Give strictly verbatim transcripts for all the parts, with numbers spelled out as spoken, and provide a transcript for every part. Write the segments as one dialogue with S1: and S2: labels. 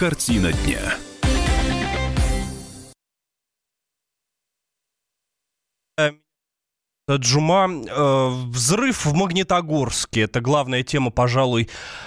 S1: Картина дня.
S2: Джума. Э, взрыв в Магнитогорске. Это главная тема, пожалуй,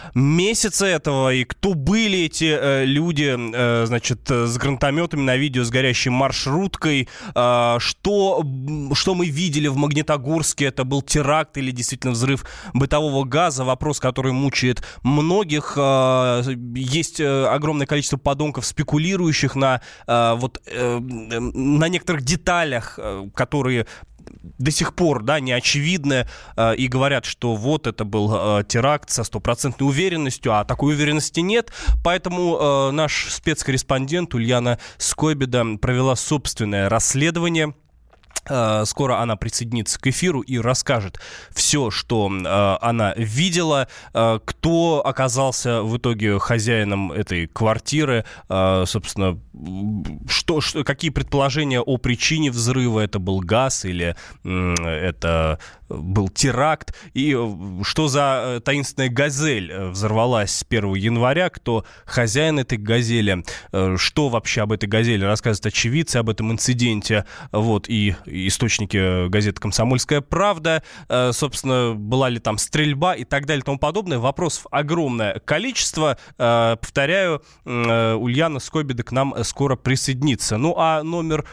S2: месяца этого. И кто были эти э, люди, э, значит, с гранатометами на видео с горящей маршруткой? Э, что, что мы видели в Магнитогорске? Это был теракт или действительно взрыв бытового газа? Вопрос, который мучает многих. Э, есть огромное количество подонков, спекулирующих на, э, вот, э, на некоторых деталях, э, которые до сих пор, да, не очевидны, э, и говорят, что вот это был э, теракт со стопроцентной уверенностью, а такой уверенности нет. Поэтому э, наш спецкорреспондент Ульяна Скойбеда провела собственное расследование. Скоро она присоединится к эфиру и расскажет все, что э, она видела, э, кто оказался в итоге хозяином этой квартиры, э, собственно, что, что, какие предположения о причине взрыва, это был газ или э, это был теракт, и что за таинственная «Газель» взорвалась с первого января, кто хозяин этой «Газели», э, что вообще об этой «Газели» рассказывают очевидцы об этом инциденте, вот, и источники газеты «Комсомольская правда», э, собственно, была ли там стрельба и так далее и тому подобное. Вопросов огромное количество. Э, повторяю, э, Ульяна Скойбеда к нам скоро присоединится. Ну, а номер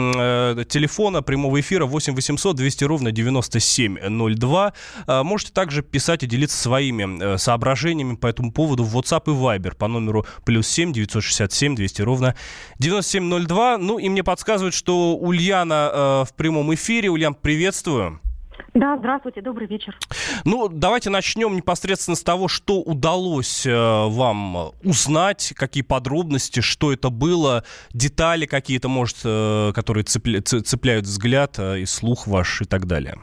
S2: э, телефона прямого эфира восемь восемьсот двести ровно девяносто семь ноль два. Э, можете также писать и делиться своими э, соображениями по этому поводу в WhatsApp и Viber по номеру плюс семь девятьсот шестьдесят семь двести ровно девяносто семь ноль два. Ну, и мне подсказывают, что Ульяна э, в прямом эфире. Ульян, приветствую.
S3: Да, здравствуйте, добрый вечер.
S2: Ну, давайте начнем непосредственно с того, что удалось э, вам узнать, какие подробности, что это было, детали какие-то, может, э, которые цепля- цепляют взгляд э, и слух ваш и так далее.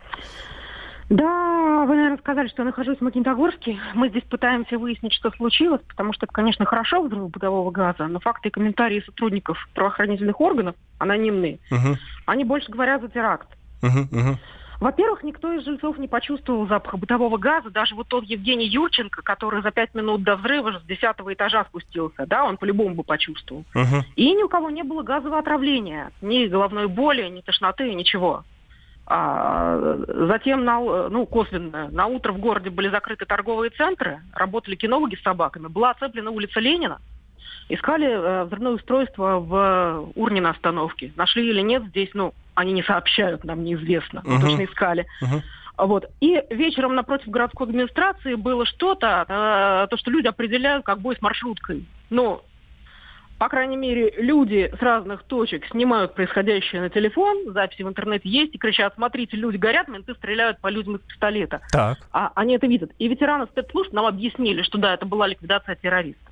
S3: Да, вы, наверное, сказали, что я нахожусь в Магнитогорске. Мы здесь пытаемся выяснить, что случилось, потому что это, конечно, хорошо, взрыв бытового газа, но факты и комментарии сотрудников правоохранительных органов, анонимные, uh-huh. они больше говорят за теракт. Uh-huh, uh-huh. Во-первых, никто из жильцов не почувствовал запаха бытового газа. Даже вот тот Евгений Юрченко, который за пять минут до взрыва с десятого этажа спустился, да, он по-любому бы почувствовал. Uh-huh. И ни у кого не было газового отравления, ни головной боли, ни тошноты, ничего. А затем, на, ну, косвенно, на утро в городе были закрыты торговые центры, работали кинологи с собаками, была оцеплена улица Ленина, искали э, взрывное устройство в урне на остановке. Нашли или нет, здесь, ну, они не сообщают, нам неизвестно, uh-huh. точно искали. Uh-huh. Вот. И вечером напротив городской администрации было что-то, э, то, что люди определяют как бой с маршруткой. Ну, по крайней мере, люди с разных точек снимают происходящее на телефон, записи в интернете есть, и кричат: смотрите, люди горят, менты стреляют по людям из пистолета.
S2: Так.
S3: А они это видят. И ветераны спецслужб нам объяснили, что да, это была ликвидация террористов.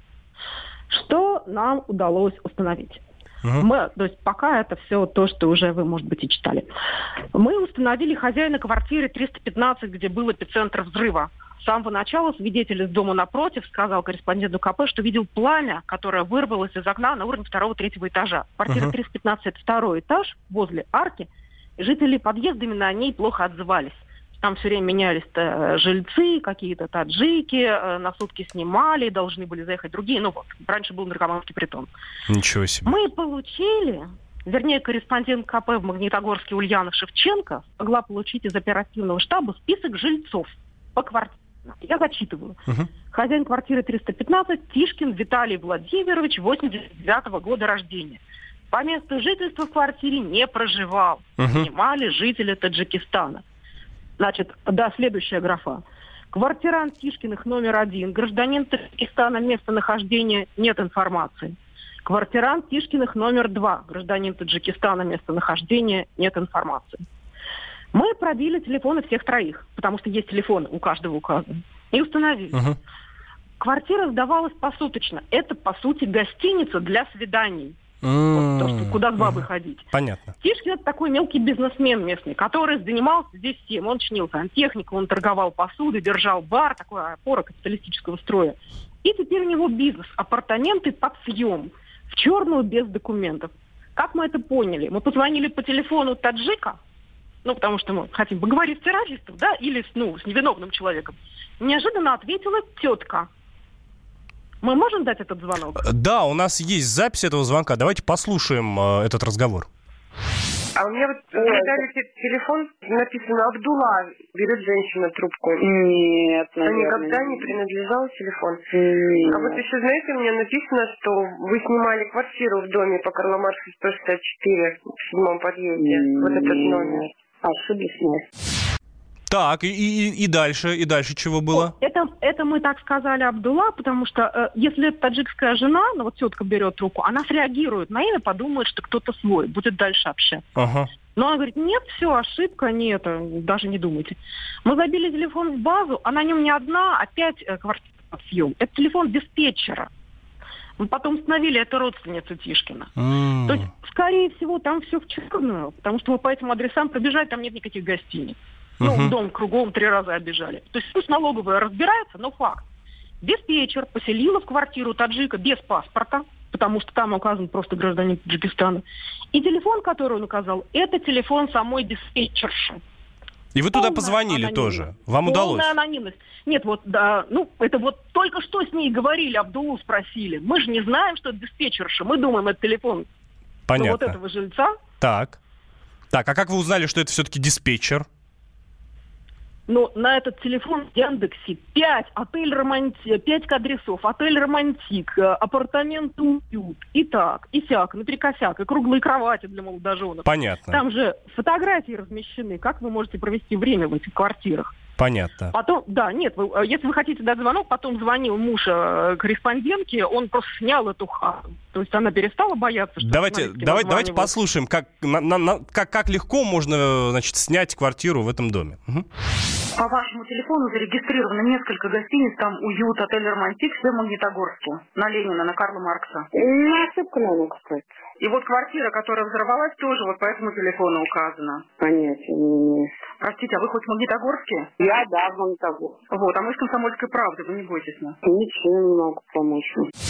S3: Что нам удалось установить? Uh-huh. Мы, то есть пока это все то, что уже вы, может быть, и читали. Мы установили хозяина квартиры триста пятнадцать, где был эпицентр взрыва. С самого начала свидетель из дома напротив сказал корреспонденту ка пэ, что видел пламя, которое вырвалось из окна на уровне второго-третьего этажа. Квартира uh-huh. триста пятнадцать – это второй этаж, возле арки. Жители подъезда именно о ней плохо отзывались. Там все время менялись жильцы, какие-то таджики, на сутки снимали, должны были заехать другие. Ну вот, раньше был наркоманский притон.
S2: Ничего себе.
S3: Мы получили, вернее, корреспондент ка пэ в Магнитогорске Ульяна Шевченко смогла получить из оперативного штаба список жильцов по квартире. Я зачитываю. Uh-huh. Хозяин квартиры триста пятнадцать Тишкин Виталий Владимирович, восемьдесят девятого года рождения. По месту жительства в квартире не проживал. Uh-huh. Снимали жители Таджикистана. Значит, да, следующая графа. Квартирант Тишкиных номер один. Гражданин Таджикистана, местонахождения нет информации. Квартирант Тишкиных номер два. Гражданин Таджикистана, местонахождения нет информации. Мы пробили телефоны всех троих, потому что есть телефоны у каждого указаны, и установили. Uh-huh. Квартира сдавалась посуточно. Это, по сути, гостиница для свиданий. Mm-hmm. Вот то, что куда с бабой mm-hmm. ходить.
S2: Понятно.
S3: Тишкин — это такой мелкий бизнесмен местный, который занимался здесь всем. Он чинил сантехнику, он торговал посудой, держал бар, такой опора капиталистического строя. И теперь у него бизнес, апартаменты под съем, в черную, без документов. Как мы это поняли? Мы позвонили по телефону таджика, ну, потому что мы хотим поговорить с террористом, да, или ну, с невиновным человеком. Неожиданно ответила тетка. Мы можем дать этот звонок?
S2: Да, у нас есть запись этого звонка. Давайте послушаем э, этот разговор.
S1: А у меня вот передали телефон, написано «Абдулла», берет женщина трубку.
S4: Нет,
S1: наверное. А никогда не принадлежал телефон?
S4: Нет.
S1: А вот еще, знаете, у меня написано, что вы снимали квартиру в доме по Карла Маркса сто шестьдесят четыре в седьмом подъезде. Нет. Вот этот номер.
S4: Ошиблись, нет.
S2: Так, и, и, и дальше, и дальше чего было?
S3: Это, это мы так сказали Абдулла, потому что э, если это таджикская жена, ну вот тетка берет трубку, она среагирует на имя, подумает, что кто-то свой, будет дальше общаться.
S2: Ага.
S3: Но она говорит, нет, все, ошибка, нет, даже не думайте. Мы забили телефон в базу, а на нем не одна, а пять э, квартир под съем. Это телефон диспетчера. Мы потом установили, это родственница Тишкина.
S2: Mm.
S3: То есть, скорее всего, там все в черную, потому что вы по этим адресам пробежать, там нет никаких гостиниц. Ну, uh-huh. дом кругом три раза обижали. То есть пусть налоговая разбирается, но факт. Диспетчер поселила в квартиру таджика без паспорта, потому что там указан просто гражданин Таджикистана. И телефон, который он указал, это телефон самой диспетчерши.
S2: И вы туда
S3: Полная
S2: позвонили
S3: анонимность.
S2: тоже? Вам
S3: Полная
S2: удалось?
S3: анонимность. Нет, вот, да, ну, это вот только что с ней говорили, Абдуллу спросили. Мы же не знаем, что это диспетчерша. Мы думаем, это телефон
S2: Понятно.
S3: вот этого жильца.
S2: Так. Так, а как вы узнали, что это все-таки диспетчер?
S3: Но на этот телефон в Яндексе пять отель Романтик, пять адресов, отель Романтик, апартаменты Уют, и так, и сяк, наперекосяк, и круглые кровати для молодоженов.
S2: Понятно.
S3: Там же фотографии размещены, как вы можете провести время в этих квартирах.
S2: Понятно.
S3: Потом, да, нет, вы, если вы хотите дать звонок, потом звонил муж э, корреспондентке, он просто снял эту хату. То есть она перестала бояться, что...
S2: Давайте, давай, давайте послушаем, как, на, на, на, как, как легко можно, значит, снять квартиру в этом доме. Угу.
S5: По вашему телефону зарегистрировано несколько гостиниц, там «Уют», отель «Романтик», все в Магнитогорске, на Ленина, на Карла Маркса.
S4: Не ошибка, надо сказать.
S5: И вот квартира, которая взорвалась, тоже вот по этому телефону указана.
S4: Понятия не имею.
S5: Простите, а вы хоть в Магнитогорске?
S4: Я, да, в Магнитогорске.
S5: Вот, а мы из «Комсомольской правды», вы не бойтесь нас.
S4: Ничего не могу помочь.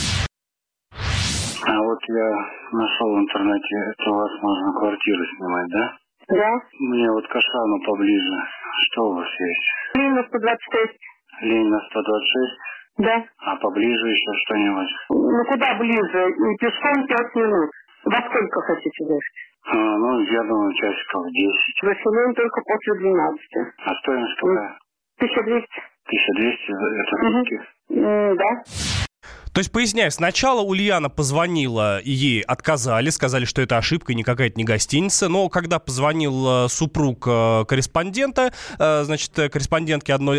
S6: А вот я нашел в интернете, это у вас можно квартиру снимать, да?
S4: Да.
S6: Мне вот Кашану поближе. Что у вас есть?
S4: Ленина сто двадцать шесть.
S6: Ленина сто двадцать шесть?
S4: Да.
S6: А поближе еще что-нибудь?
S4: Ну, куда ближе? И пешком пять минут. Во сколько хотите дождь?
S6: А, ну, я думаю, часиков десять.
S4: Заселяем только после двенадцати.
S6: А стоимость какая?
S4: тысяча двести.
S6: тысяча двести, это сутки?
S4: Угу. Да.
S2: То есть, поясняю, сначала Ульяна позвонила, и ей отказали, сказали, что это ошибка, и никакая это не гостиница. Но когда позвонил супруг корреспондента, значит, корреспондентки одной,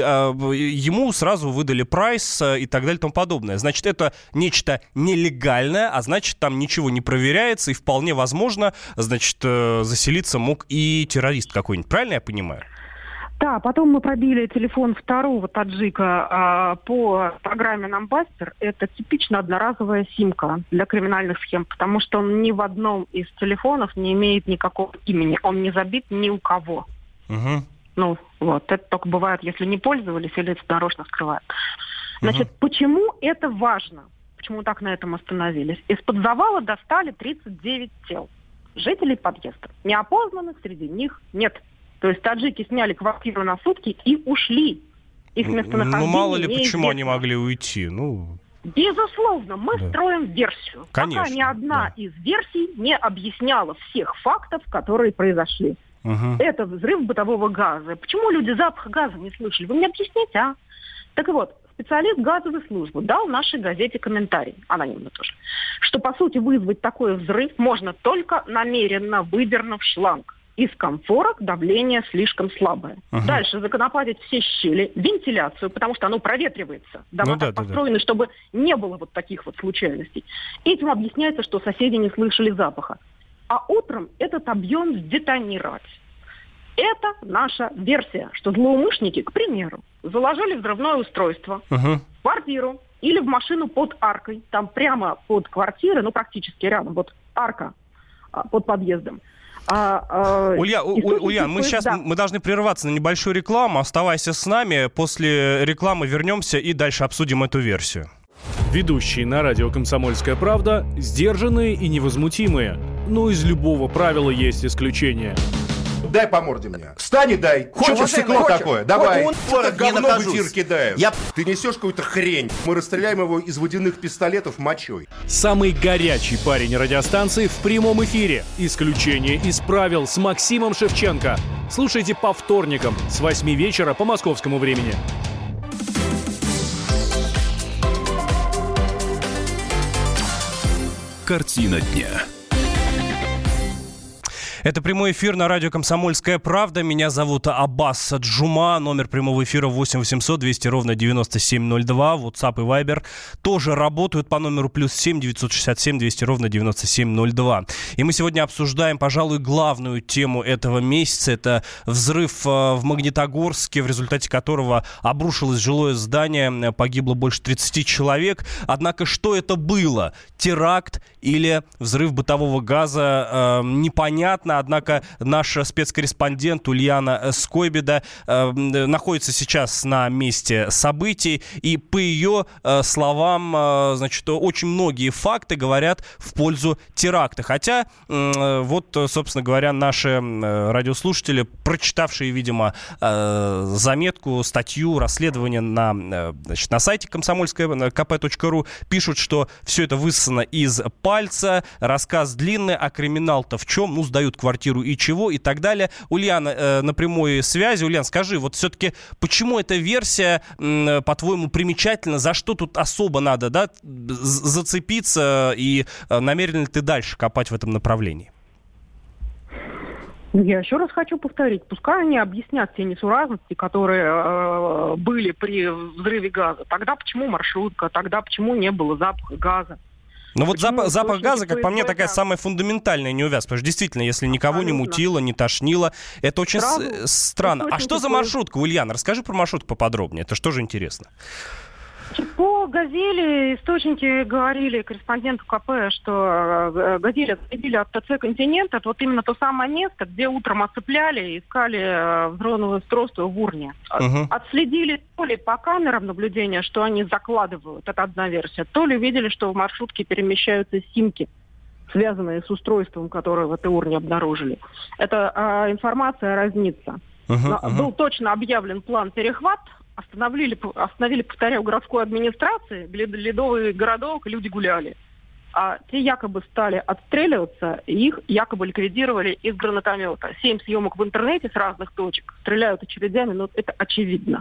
S2: ему сразу выдали прайс и так далее и тому подобное. Значит, это нечто нелегальное, а значит, там ничего не проверяется, и вполне возможно, значит, заселиться мог и террорист какой-нибудь. Правильно я понимаю?
S3: Да, потом мы пробили телефон второго таджика а, по программе «Намбастер». Это типично одноразовая симка для криминальных схем, потому что он ни в одном из телефонов не имеет никакого имени. Он не забит ни у кого.
S2: Угу.
S3: Ну, вот. Это только бывает, если не пользовались или это нарочно скрывают. Значит, угу. Почему это важно? Почему так на этом остановились? Из-под завала достали тридцать девять тел жителей подъезда. Неопознанных среди них нет. То есть таджики сняли квартиру на сутки и ушли. Их местонахождение
S2: Ну, мало ли,
S3: неизвестно.
S2: почему они могли уйти. Ну...
S3: Безусловно, мы
S2: да.
S3: строим версию.
S2: Конечно,
S3: пока ни одна
S2: да.
S3: из версий не объясняла всех фактов, которые произошли.
S2: Угу.
S3: Это взрыв бытового газа. Почему люди запах газа не слышали? Вы мне объясните, а? Так вот, специалист газовой службы дал нашей газете комментарий, анонимно тоже, что, по сути, вызвать такой взрыв можно только намеренно выдернув шланг. Из комфорок давление слишком слабое. Uh-huh. Дальше законопатить все щели, вентиляцию, потому что оно проветривается. Дома
S2: ну,
S3: так
S2: да,
S3: построены,
S2: да, да.
S3: чтобы не было вот таких вот случайностей. Этим объясняется, что соседи не слышали запаха. А утром этот объем сдетонировать. Это наша версия, что злоумышленники, к примеру, заложили взрывное устройство
S2: uh-huh.
S3: в квартиру или в машину под аркой. Там прямо под квартирой, ну практически рядом, вот арка под подъездом. А, а,
S2: Улья, у, Ульян, мы сейчас
S3: да.
S2: мы должны прерваться на небольшую рекламу. Оставайся с нами. После рекламы вернемся и дальше обсудим эту версию.
S7: Ведущие на радио «Комсомольская правда» сдержанные и невозмутимые. Но из любого правила есть исключение.
S8: дай по морде мне. Встань и дай. Хочешь
S9: Чё,
S8: стекло
S9: хочешь?
S8: такое? Давай.
S9: Он
S8: Что-то говно в эфир кидаешь.
S9: Я...
S8: Ты несешь какую-то хрень. Мы расстреляем его из водяных пистолетов мочой.
S7: Самый горячий парень радиостанции в прямом эфире. Исключение из правил с Максимом Шевченко. Слушайте по вторникам с восьми вечера по московскому времени.
S10: Картина дня.
S2: Это прямой эфир на радио «Комсомольская правда». Меня зовут Аббас Джума. Номер прямого эфира восемь восемьсот двести ровно девяносто семь ноль два. WhatsApp и Viber тоже работают по номеру плюс семь девятьсот шестьдесят семь двести ровно девяносто семь ноль два. И мы сегодня обсуждаем, пожалуй, главную тему этого месяца. Это взрыв в Магнитогорске, в результате которого обрушилось жилое здание, погибло больше тридцати человек. Однако, что это было? Теракт или взрыв бытового газа? Э, непонятно. Однако наш спецкорреспондент Ульяна Скойбеда э, находится сейчас на месте событий, и по ее э, словам, э, значит, очень многие факты говорят в пользу теракта. Хотя, э, вот, собственно говоря, наши э, радиослушатели, прочитавшие, видимо, э, заметку, статью, расследование на, э, значит, на сайте комсомольская ка пэ точка ру, пишут, что все это высосано из пальца, рассказ длинный, а криминал-то в чем? Ну, сдают квартиру и чего, и так далее. Ульяна э, на прямой связи. Ульян, скажи, вот все-таки почему эта версия, э, по-твоему, примечательна? За что тут особо надо, да, зацепиться, и э, намерен ли ты дальше копать в этом направлении?
S3: Я еще раз хочу повторить. Пускай они объяснят те несуразности, которые э, были при взрыве газа. Тогда почему маршрутка? Тогда почему не было запаха газа?
S2: Ну вот запах, запах газа, как по мне, такая самая фундаментальная неувязка. Потому что действительно, если никого Абсолютно. не мутило, не тошнило, это очень с- странно. А что за маршрутка, Ульяна? Расскажи про маршрутку поподробнее. Это что же интересно?
S3: По «Газели» источники говорили корреспонденту ка пэ, что «Газели» отследили от ТЦ «Континент». Это вот именно то самое место, где утром оцепляли и искали взрывное устройство в урне. Uh-huh. Отследили то ли по камерам наблюдения, что они закладывают, это одна версия, то ли видели, что в маршрутке перемещаются симки, связанные с устройством, которое в этой урне обнаружили. Эта а, информация разнится. Uh-huh, uh-huh. Был точно объявлен план «Перехват». Остановили, остановили, повторяю, городской администрации, ледовый городок, люди гуляли. А те якобы стали отстреливаться, и их якобы ликвидировали из гранатомета. Семь съемок в интернете с разных точек, стреляют очередями, но это очевидно.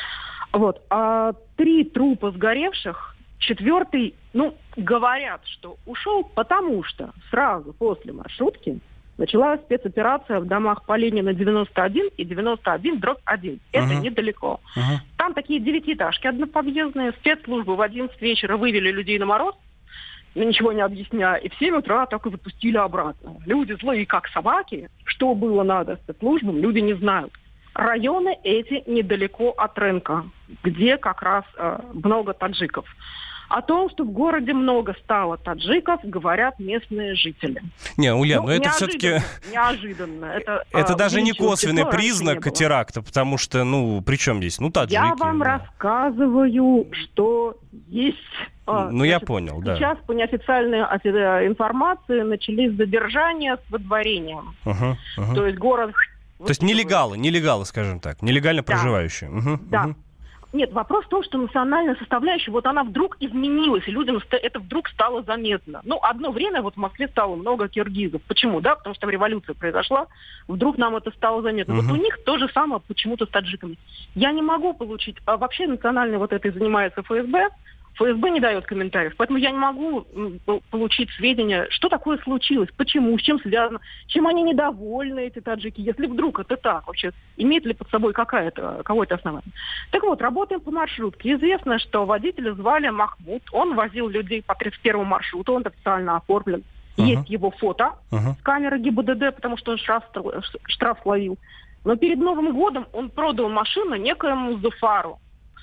S3: Вот. А три трупа сгоревших, четвертый, ну, говорят, что ушел, потому что сразу после маршрутки началась спецоперация в домах по Ленина девяносто один и девяносто один дробь один. Это uh-huh. недалеко. Uh-huh. Там такие девятиэтажки одноподъездные. Спецслужбы в одиннадцать вечера вывели людей на мороз, ничего не объясняя, и в семь утра так и запустили обратно. Люди злые, как собаки. Что было надо спецслужбам, люди не знают. Районы эти недалеко от рынка, где как раз э, много таджиков. О том, что в городе много стало таджиков, говорят местные жители.
S2: Не, Ульян, ну, ну это все-таки...
S3: Неожиданно. Это,
S2: это
S3: а,
S2: даже не косвенный признак теракта, потому что, ну, при чем здесь? Ну, таджики.
S3: Я вам
S2: да.
S3: рассказываю, что есть.
S2: Ну, значит, я понял, да.
S3: Сейчас по неофициальной информации начались задержания с выдворением. Uh-huh, uh-huh. То есть город...
S2: То есть нелегалы, нелегалы, скажем так, нелегально да. проживающие. Uh-huh,
S3: да.
S2: Uh-huh.
S3: Нет, вопрос в том, что национальная составляющая, вот она вдруг изменилась, и людям это вдруг стало заметно. Ну, одно время вот в Москве стало много киргизов. Почему? Да, потому что там революция произошла, вдруг нам это стало заметно. Uh-huh. Вот у них то же самое почему-то с таджиками. Я не могу получить... А вообще национальной вот этой занимается эф эс бэ, эф эс бэ не дает комментариев, поэтому я не могу получить сведения, что такое случилось, почему, с чем связано, чем они недовольны, эти таджики, если вдруг это так вообще, имеет ли под собой какое-то, какое-то основание. Так вот, работаем по маршрутке. Известно, что водителя звали Махмуд, он возил людей по тридцать первому маршруту, он официально оформлен. Uh-huh. Есть его фото uh-huh. с камеры гэ и бэ дэ дэ, потому что он штраф, штраф словил. Но перед Новым годом он продал машину некоему Зафару.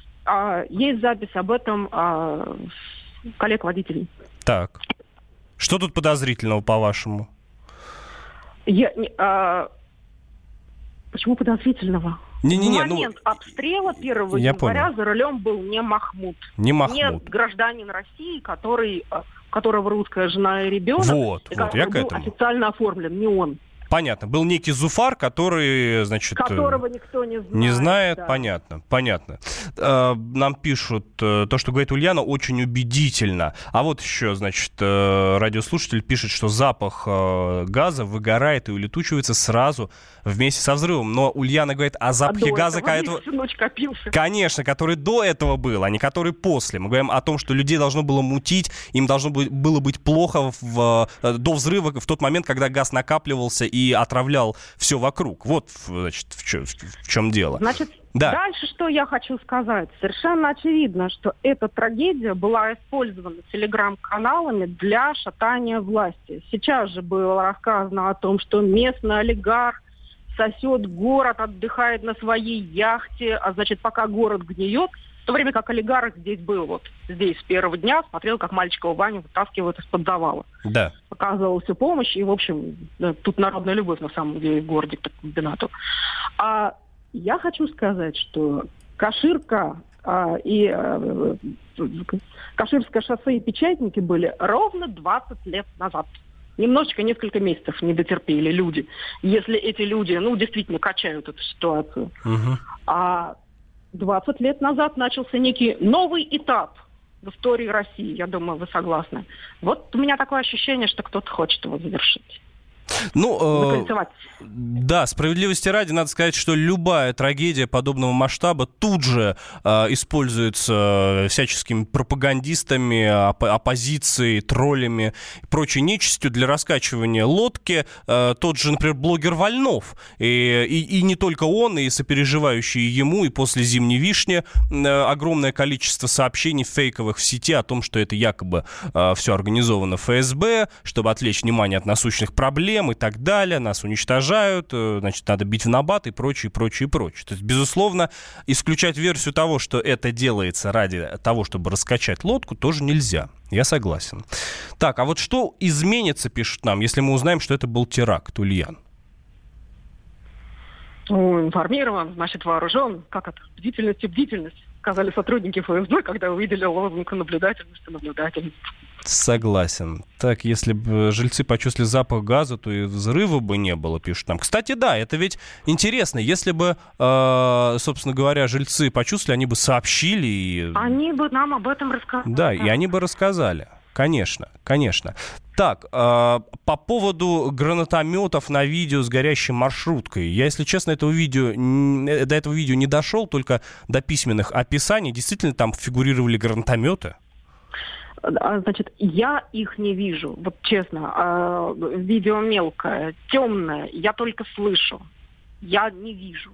S3: А, есть запись об этом а, коллег-водителей.
S2: Так. Что тут подозрительного, по-вашему?
S3: Я, а, почему подозрительного?
S2: Не-не-не,
S3: В момент ну, обстрела первого января за рулем был не Махмуд.
S2: Не Махмуд.
S3: Не гражданин России, который, у которого русская жена и ребенок.
S2: Вот,
S3: и
S2: вот, я
S3: был
S2: к этому.
S3: Официально оформлен, не он.
S2: Понятно. Был некий Зуфар, который, значит...
S3: Которого никто не знает.
S2: Не знает,
S3: да.
S2: понятно, понятно. Нам пишут, то, что говорит Ульяна, очень убедительно. А вот еще, значит, радиослушатель пишет, что запах газа выгорает и улетучивается сразу вместе со взрывом. Но Ульяна говорит о запахе
S3: а
S2: газа...
S3: Этого... Ночь копился.
S2: Конечно, который до этого был, а не который после. Мы говорим о том, что людей должно было мутить, им должно было быть плохо в, до взрыва, в тот момент, когда газ накапливался и отравлял все вокруг. Вот, значит, в, чё, в чем дело.
S3: Значит,
S2: да.
S3: Дальше что я хочу сказать. Совершенно очевидно, что эта трагедия была использована телеграм-каналами для шатания власти. Сейчас же было рассказано о том, что местный олигарх сосет город, отдыхает на своей яхте, а значит, пока город гниет, в то время как олигарх здесь был, вот здесь с первого дня, смотрел, как мальчика Ваню вытаскивают из-под завала.
S2: Да.
S3: Показывал всю помощь, и, в общем, да, тут народная любовь, на самом деле, в городе к комбинату. А я хочу сказать, что Каширка а, и а, Каширское шоссе и Печатники были ровно двадцать лет назад. Немножечко, несколько месяцев не дотерпели люди, если эти люди, ну, действительно качают эту ситуацию.
S2: Угу.
S3: А двадцать лет назад начался некий новый этап в истории России, я думаю, вы согласны. Вот у меня такое ощущение, что кто-то хочет его завершить.
S2: Ну, э, да, справедливости ради, надо сказать, что любая трагедия подобного масштаба тут же э, используется всяческими пропагандистами, оп- оппозицией, троллями и прочей нечистью для раскачивания лодки. Э, тот же, например, блогер Вольнов, и, и, и не только он, и сопереживающие ему, и после «Зимней вишни» э, огромное количество сообщений фейковых в сети о том, что это якобы э, все организовано эф эс бэ, чтобы отвлечь внимание от насущных проблем, и так далее, нас уничтожают, значит, надо бить в набат и прочее, прочее, прочее. То есть, безусловно, исключать версию того, что это делается ради того, чтобы раскачать лодку, тоже нельзя. Я согласен. Так, а вот что изменится, пишут нам, если мы узнаем, что это был теракт, Ульян?
S3: Ну, информирован, значит, вооружен. Как это? Бдительность и бдительность. Сказали сотрудники эф эс бэ, когда увидели лозунг наблюдательности, наблюдательность.
S2: Согласен. Так, если бы жильцы почувствовали запах газа, то и взрыва бы не было, пишут нам. Кстати, да, это ведь интересно. Если бы, э, собственно говоря, жильцы почувствовали, они бы сообщили. И...
S3: Они бы нам об этом рассказали.
S2: Да, и они бы рассказали. Конечно, конечно. Так, э, по поводу гранатометов на видео с горящей маршруткой. Я, если честно, этого видео, до этого видео не дошел, только до письменных описаний. Действительно, там фигурировали гранатометы?
S3: Значит, я их не вижу, вот честно. Видео мелкое, темное, я только слышу. Я не вижу.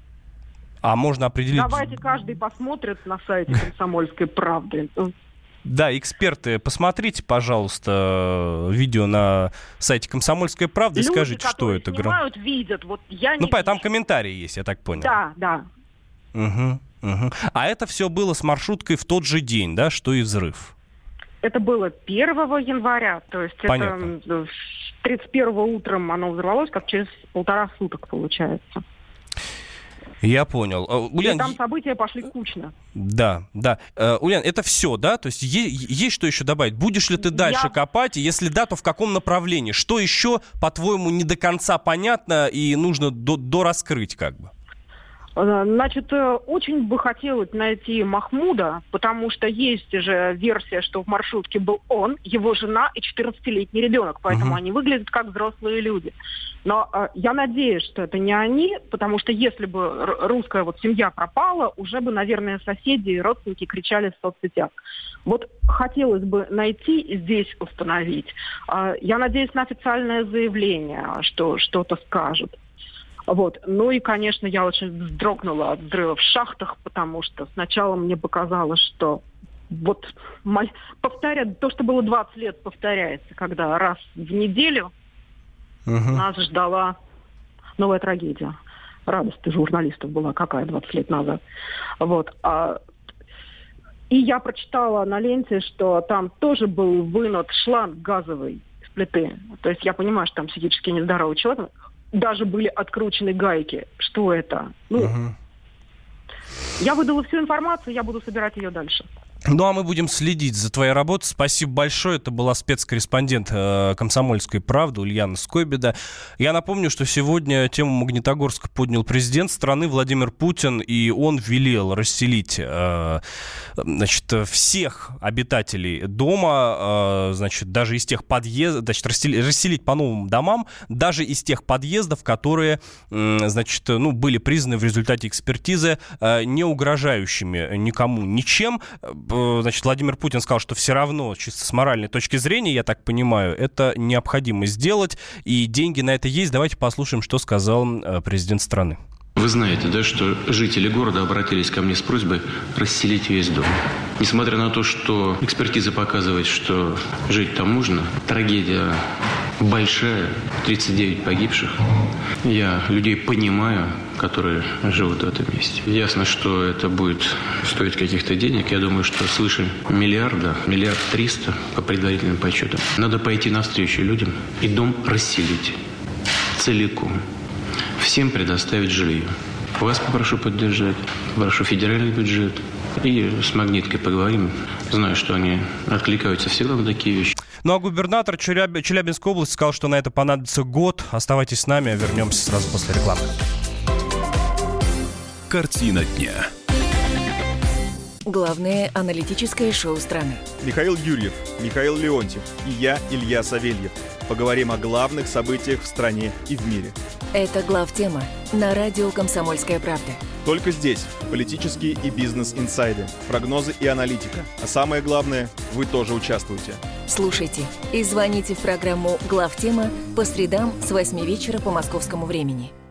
S2: А можно определить...
S3: Давайте каждый посмотрит на сайте «Комсомольской правды».
S2: Да, эксперты, посмотрите, пожалуйста, видео на сайте «Комсомольской правды» и
S3: люди,
S2: скажите, что это.
S3: Люди, которые снимают, видят. Вот я не
S2: ну,
S3: вижу.
S2: Там комментарии есть, я так понял.
S3: Да, да.
S2: Угу, угу. А это все было с маршруткой в тот же день, да, что и взрыв?
S3: Это было первого января, то есть
S2: понятно.
S3: Это тридцать первого утром оно взорвалось, как через полтора суток получается.
S2: Я понял. Ульян,
S3: и там события пошли кучно.
S2: Да, да. Uh, Ульян, это все, да? То есть е- есть что еще добавить? Будешь ли ты дальше Я... копать? И если да, то в каком направлении? Что еще, по-твоему, не до конца понятно и нужно до- дораскрыть как бы?
S3: Значит, очень бы хотелось найти Махмуда, потому что есть же версия, что в маршрутке был он, его жена и четырнадцатилетний ребенок, поэтому uh-huh. они выглядят как взрослые люди. Но э, я надеюсь, что это не они, потому что если бы р- русская вот семья пропала, уже бы, наверное, соседи и родственники кричали в соцсетях. Вот хотелось бы найти и здесь установить. Э, я надеюсь на официальное заявление, что что-то скажут. Вот. Ну и, конечно, я очень вздрогнула от взрыва в шахтах, потому что сначала мне показалось, что вот повторяет, то, что было двадцать лет, повторяется, когда раз в неделю uh-huh. нас ждала новая трагедия. Радость у журналистов была какая двадцать лет назад. Вот. А... И я прочитала на ленте, что там тоже был вынут шланг газовый с плиты. То есть я понимаю, что там психически нездоровый человек. Даже были откручены гайки. Что это? Ну, uh-huh. Я выдала всю информацию, я буду собирать ее дальше.
S2: Ну, а мы будем следить за твоей работой. Спасибо большое. Это была спецкорреспондент э, «Комсомольской правды» Ульяна Скойбеда. Я напомню, что сегодня тему Магнитогорска поднял президент страны Владимир Путин, и он велел расселить э, значит, всех обитателей дома, э, значит, даже из тех подъездов, значит, расселить, расселить по новым домам, даже из тех подъездов, которые, э, значит, ну, были признаны в результате экспертизы э, не угрожающими никому ничем. Значит, Владимир Путин сказал, что все равно, чисто с моральной точки зрения, я так понимаю, это необходимо сделать, и деньги на это есть. Давайте послушаем, что сказал президент страны.
S9: Вы знаете, да, что жители города обратились ко мне с просьбой расселить весь дом. Несмотря на то, что экспертиза показывает, что жить там можно, трагедия большая, тридцать девять погибших. Я людей понимаю, которые живут в этом месте. Ясно, что это будет стоить каких-то денег. Я думаю, что свыше миллиарда, миллиард триста по предварительным подсчетам. Надо пойти навстречу людям и дом расселить целиком. Всем предоставить жилье. Вас попрошу поддержать, попрошу федеральный бюджет. И с «Магниткой» поговорим. Знаю, что они откликаются всегда на такие вещи.
S2: Ну а губернатор Челяб... Челябинской области сказал, что на это понадобится год. Оставайтесь с нами, вернемся сразу после рекламы.
S10: Картина дня.
S11: Главное аналитическое шоу страны.
S12: Михаил Юрьев, Михаил Леонтьев и я, Илья Савельев. Поговорим о главных событиях в стране и в мире.
S11: Это главтема на радио «Комсомольская правда».
S12: Только здесь политические и бизнес-инсайды, прогнозы и аналитика. А самое главное, вы тоже участвуете.
S11: Слушайте и звоните в программу «Главтема» по средам с восьми вечера по московскому времени.